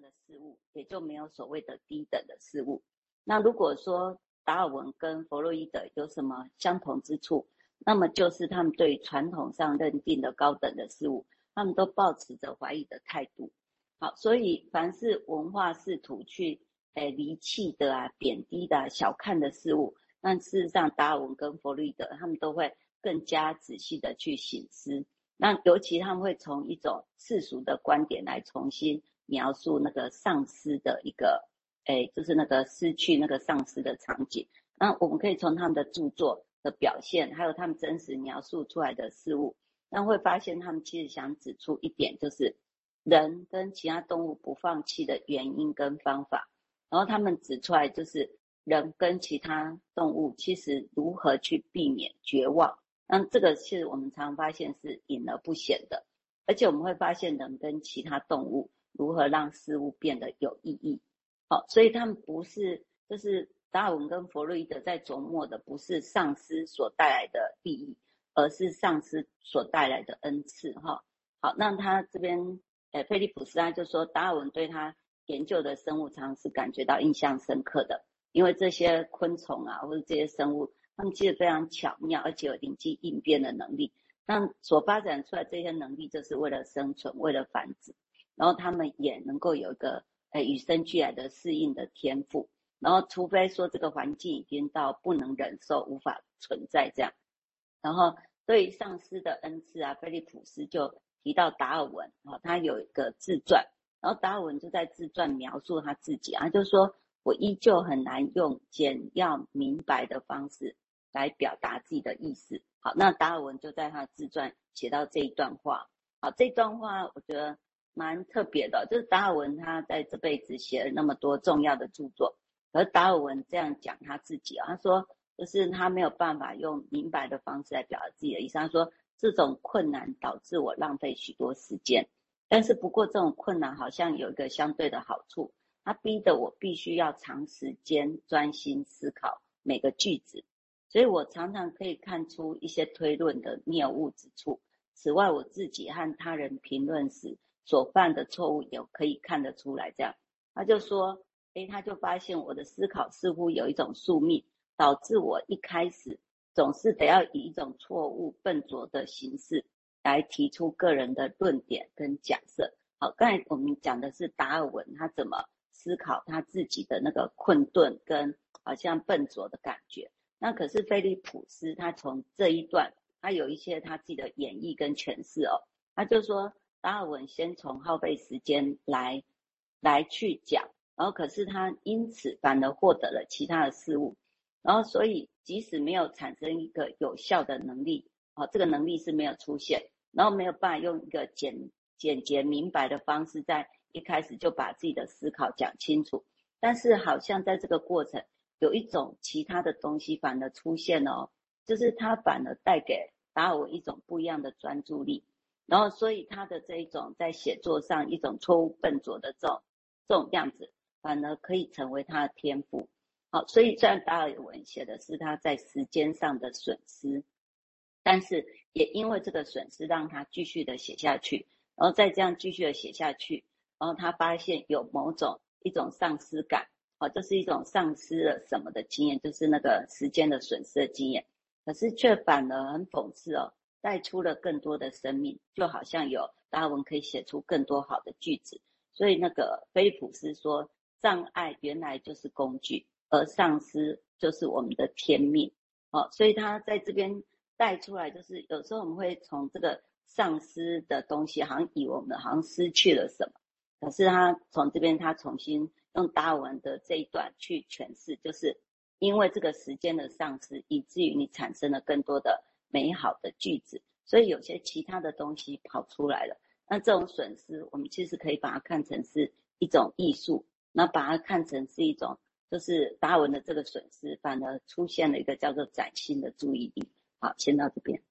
的事物，也就没有所谓的低等的事物。那如果说达尔文跟弗洛伊德有什么相同之处，那么就是他们对传统上认定的高等的事物，他们都抱持着怀疑的态度。好，所以凡是文化试图去离弃的啊、贬低的啊、小看的事物，那事实上达尔文跟弗洛伊德他们都会更加仔细的去省思。那尤其他们会从一种世俗的观点来重新描述那个丧失的一个就是那个失去那个丧失的场景。那我们可以从他们的著作的表现，还有他们真实描述出来的事物，那会发现他们其实想指出一点，就是人跟其他动物不放弃的原因跟方法。然后他们指出来，就是人跟其他动物其实如何去避免绝望。那这个是我们常发现是隐而不显的，而且我们会发现人跟其他动物如何让事物变得有意义。好，所以他们不是，就是达尔文跟弗洛伊德在琢磨的不是丧失所带来的利益，而是丧失所带来的恩赐。哈，好，那他这边菲利普斯他就说，达尔文对他研究的生物常是感觉到印象深刻的，因为这些昆虫啊或者这些生物，他们其实非常巧妙，而且有灵机应变的能力。那所发展出来这些能力，就是为了生存，为了繁殖，然后他们也能够有一个与生俱来的适应的天赋。然后除非说这个环境已经到不能忍受，无法存在这样。然后对于丧失的恩赐啊，菲利普斯就提到达尔文他有一个自传，然后达尔文就在自传描述他自己他就说，我依旧很难用简要明白的方式来表达自己的意思。好，那达尔文就在他的自传写到这一段话。好，这段话我觉得蛮特别的，就是达尔文他在这辈子写了那么多重要的著作，而达尔文这样讲他自己他说就是他没有办法用明白的方式来表达自己的意思。他说这种困难导致我浪费许多时间，但是不过这种困难好像有一个相对的好处，它逼得我必须要长时间专心思考每个句子，所以我常常可以看出一些推论的谬误之处。此外，我自己和他人评论时所犯的错误也可以看得出来。这样，他就说，他就发现我的思考似乎有一种宿命，导致我一开始总是得要以一种错误笨拙的形式来提出个人的论点跟假设。好，刚才我们讲的是达尔文他怎么思考他自己的那个困顿跟好像笨拙的感觉。那可是菲利普斯他从这一段他有一些他自己的演绎跟诠释他就说达尔文先从耗费时间来去讲，然后可是他因此反而获得了其他的事物，然后所以即使没有产生一个有效的能力这个能力是没有出现，然后没有办法用一个简洁明白的方式在一开始就把自己的思考讲清楚，但是好像在这个过程有一种其他的东西反而出现了就是他反而带给达尔文一种不一样的专注力，然后所以他的这一种在写作上一种错误笨拙的这种样子，反而可以成为他的天赋。好，所以虽然达尔文写的是他在时间上的损失，但是也因为这个损失让他继续的写下去，然后再这样继续的写下去，然后他发现有一种丧失感就是一种丧失了什么的经验，就是那个时间的损失的经验，可是却反而很讽刺带出了更多的生命，就好像有达尔文可以写出更多好的句子。所以那个菲利普斯说，障碍原来就是工具，而丧失就是我们的天命所以他在这边带出来，就是有时候我们会从这个丧失的东西好像以为我们好像失去了什么，可是他从这边他重新用达尔文的这一段去诠释，就是因为这个时间的丧失，以至于你产生了更多的美好的句子，所以有些其他的东西跑出来了。那这种损失我们其实可以把它看成是一种艺术，那把它看成是一种就是达尔文的这个损失反而出现了一个叫做崭新的注意力。好，先到这边。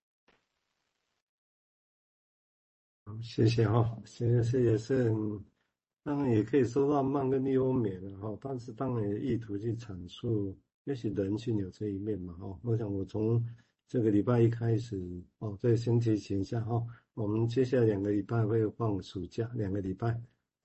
好，谢谢现在是也是当然也可以说到慢跟优美了但是当然也意图去阐述也许人性有这一面嘛我想我从这个礼拜一开始这先提醒一下我们接下来2个礼拜会放暑假2个礼拜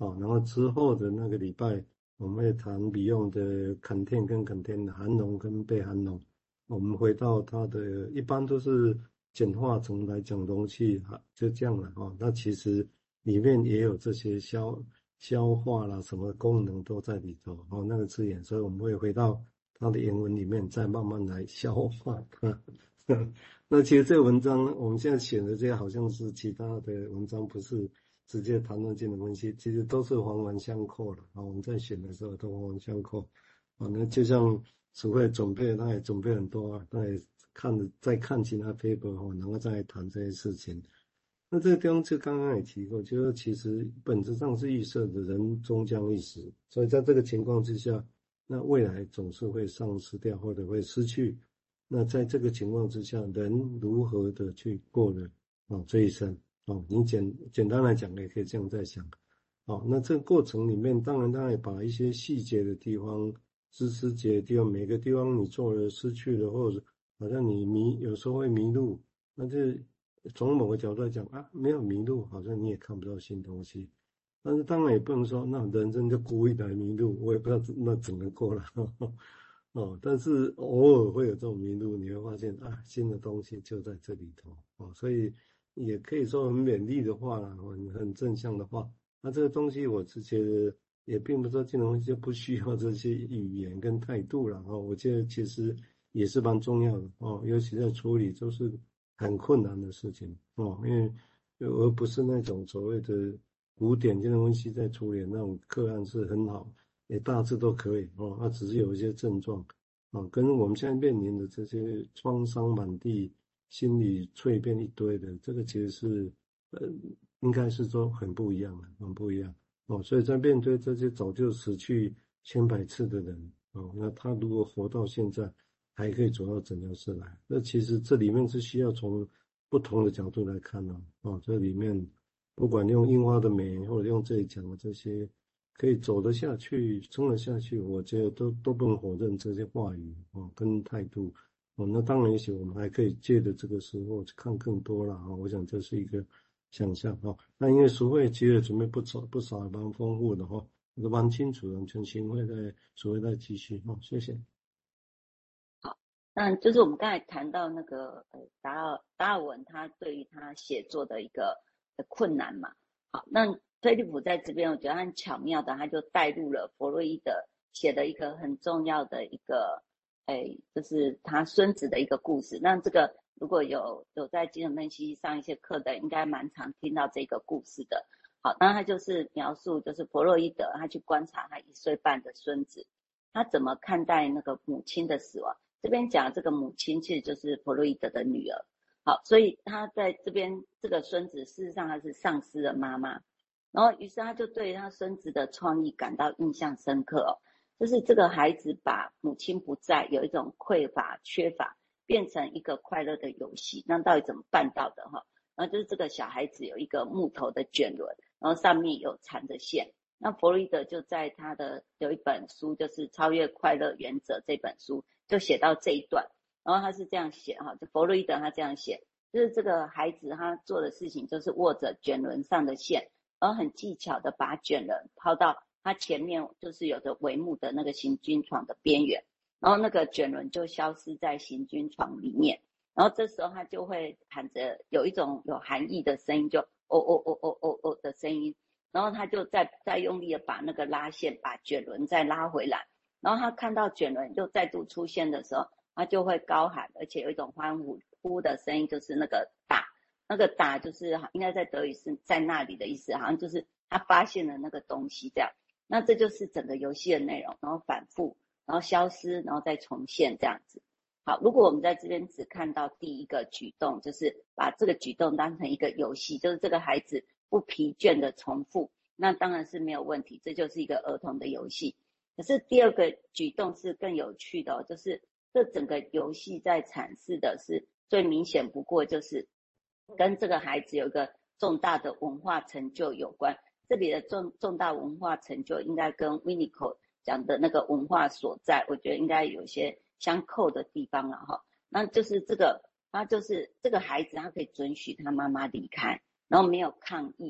然后之后的那个礼拜，我们会谈 Beyond 的 content 跟 content 的含容跟被含容。我们回到它的，一般都是简化成来讲容器，就这样了那其实里面也有这些消化啦，什么功能都在里头那个字眼，所以我们会回到它的原文里面，再慢慢来消化它。那其实这个文章我们现在选的这些好像是其他的文章，不是直接谈论性的分析，其实都是环环相扣的我们在选的时候都环环相扣那就像只会准备，他也准备很多他也再看其他 paper 然后再谈这些事情。那这个地方就刚刚也提过，就是其实本质上是预设的人终将一死，所以在这个情况之下，那未来总是会丧失掉或者会失去。那在这个情况之下，人如何的去过了这一生你简单来讲也可以这样在想那这个过程里面，当然他也把一些细节的地方、枝节的地方，每个地方你做了失去了，或者好像你有时候会迷路，那这从某个角度来讲没有迷路，好像你也看不到新东西。但是当然也不能说那人生就故意来迷路，我也不知道那怎么过来但是偶尔会有这种迷路，你会发现新的东西就在这里头所以也可以说很勉励的话啦很正向的话。那这个东西我是觉得也并不是说金融分析就不需要这些语言跟态度了我觉得其实也是蛮重要的尤其在处理就是很困难的事情因为而不是那种所谓的古典金融分析在处理那种个案是很好，也大致都可以它只是有一些症状跟我们现在面临的这些创伤满地、心理蜕变一堆的，这个其实是应该是说很不一样的，很不一样所以在面对这些早就死去千百次的人那他如果活到现在，还可以走到诊疗室来，那其实这里面是需要从不同的角度来看这里面不管用樱花的美，或者用这里讲的这些。可以走得下去，撑得下去，我觉得都不能否认这些话语跟态度那当然，也许我们还可以借着这个时候看更多了我想这是一个想象那因为淑慧其实准备不少，蛮丰富的都蛮清楚的，陈新会在淑慧再继续谢谢。 好，那就是我们刚才谈到那个达尔文他对于他写作的一个困难嘛。好，那菲利普在这边我觉得他很巧妙的，他就带入了弗洛伊德写的一个很重要的一个就是他孙子的一个故事。那这个如果有在精神分析上一些课的，应该蛮常听到这个故事的。好，那他就是描述就是弗洛伊德他去观察他1岁半的孙子，他怎么看待那个母亲的死亡。这边讲这个母亲其实就是弗洛伊德的女儿。好，所以他在这边这个孙子事实上他是丧失了妈妈，然后于是他就对他孙子的创意感到印象深刻就是这个孩子把母亲不在有一种匮乏缺乏变成一个快乐的游戏，那到底怎么办到的然后就是这个小孩子有一个木头的卷轮，然后上面有缠着线。那弗洛伊德就在他的有一本书就是超越快乐原则这本书就写到这一段，然后他是这样写就弗洛伊德他这样写，就是这个孩子他做的事情就是握着卷轮上的线，然后很技巧的把卷轮抛到他前面就是有着帷幕的那个行军床的边缘，然后那个卷轮就消失在行军床里面，然后这时候他就会喊着有一种有含义的声音，就哦哦哦哦哦哦的声音，然后他就再用力的把那个拉线把卷轮再拉回来，然后他看到卷轮就再度出现的时候，他就会高喊，而且有一种欢呼的声音，就是那个打，那个打就是应该在德语是在那里的意思，好像就是他发现了那个东西这样。那这就是整个游戏的内容，然后反复，然后消失，然后再重现这样子。好，如果我们在这边只看到第一个举动，就是把这个举动当成一个游戏，就是这个孩子不疲倦的重复，那当然是没有问题，这就是一个儿童的游戏。可是第二个举动是更有趣的就是这整个游戏在阐释的是最明显不过就是跟这个孩子有一个重大的文化成就有关。这里的重大文化成就应该跟 Winnicott 讲的那个文化所在，我觉得应该有一些相扣的地方了那就是他就是这个孩子他可以准许他妈妈离开，然后没有抗议，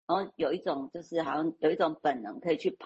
然后有一种就是好像有一种本能可以去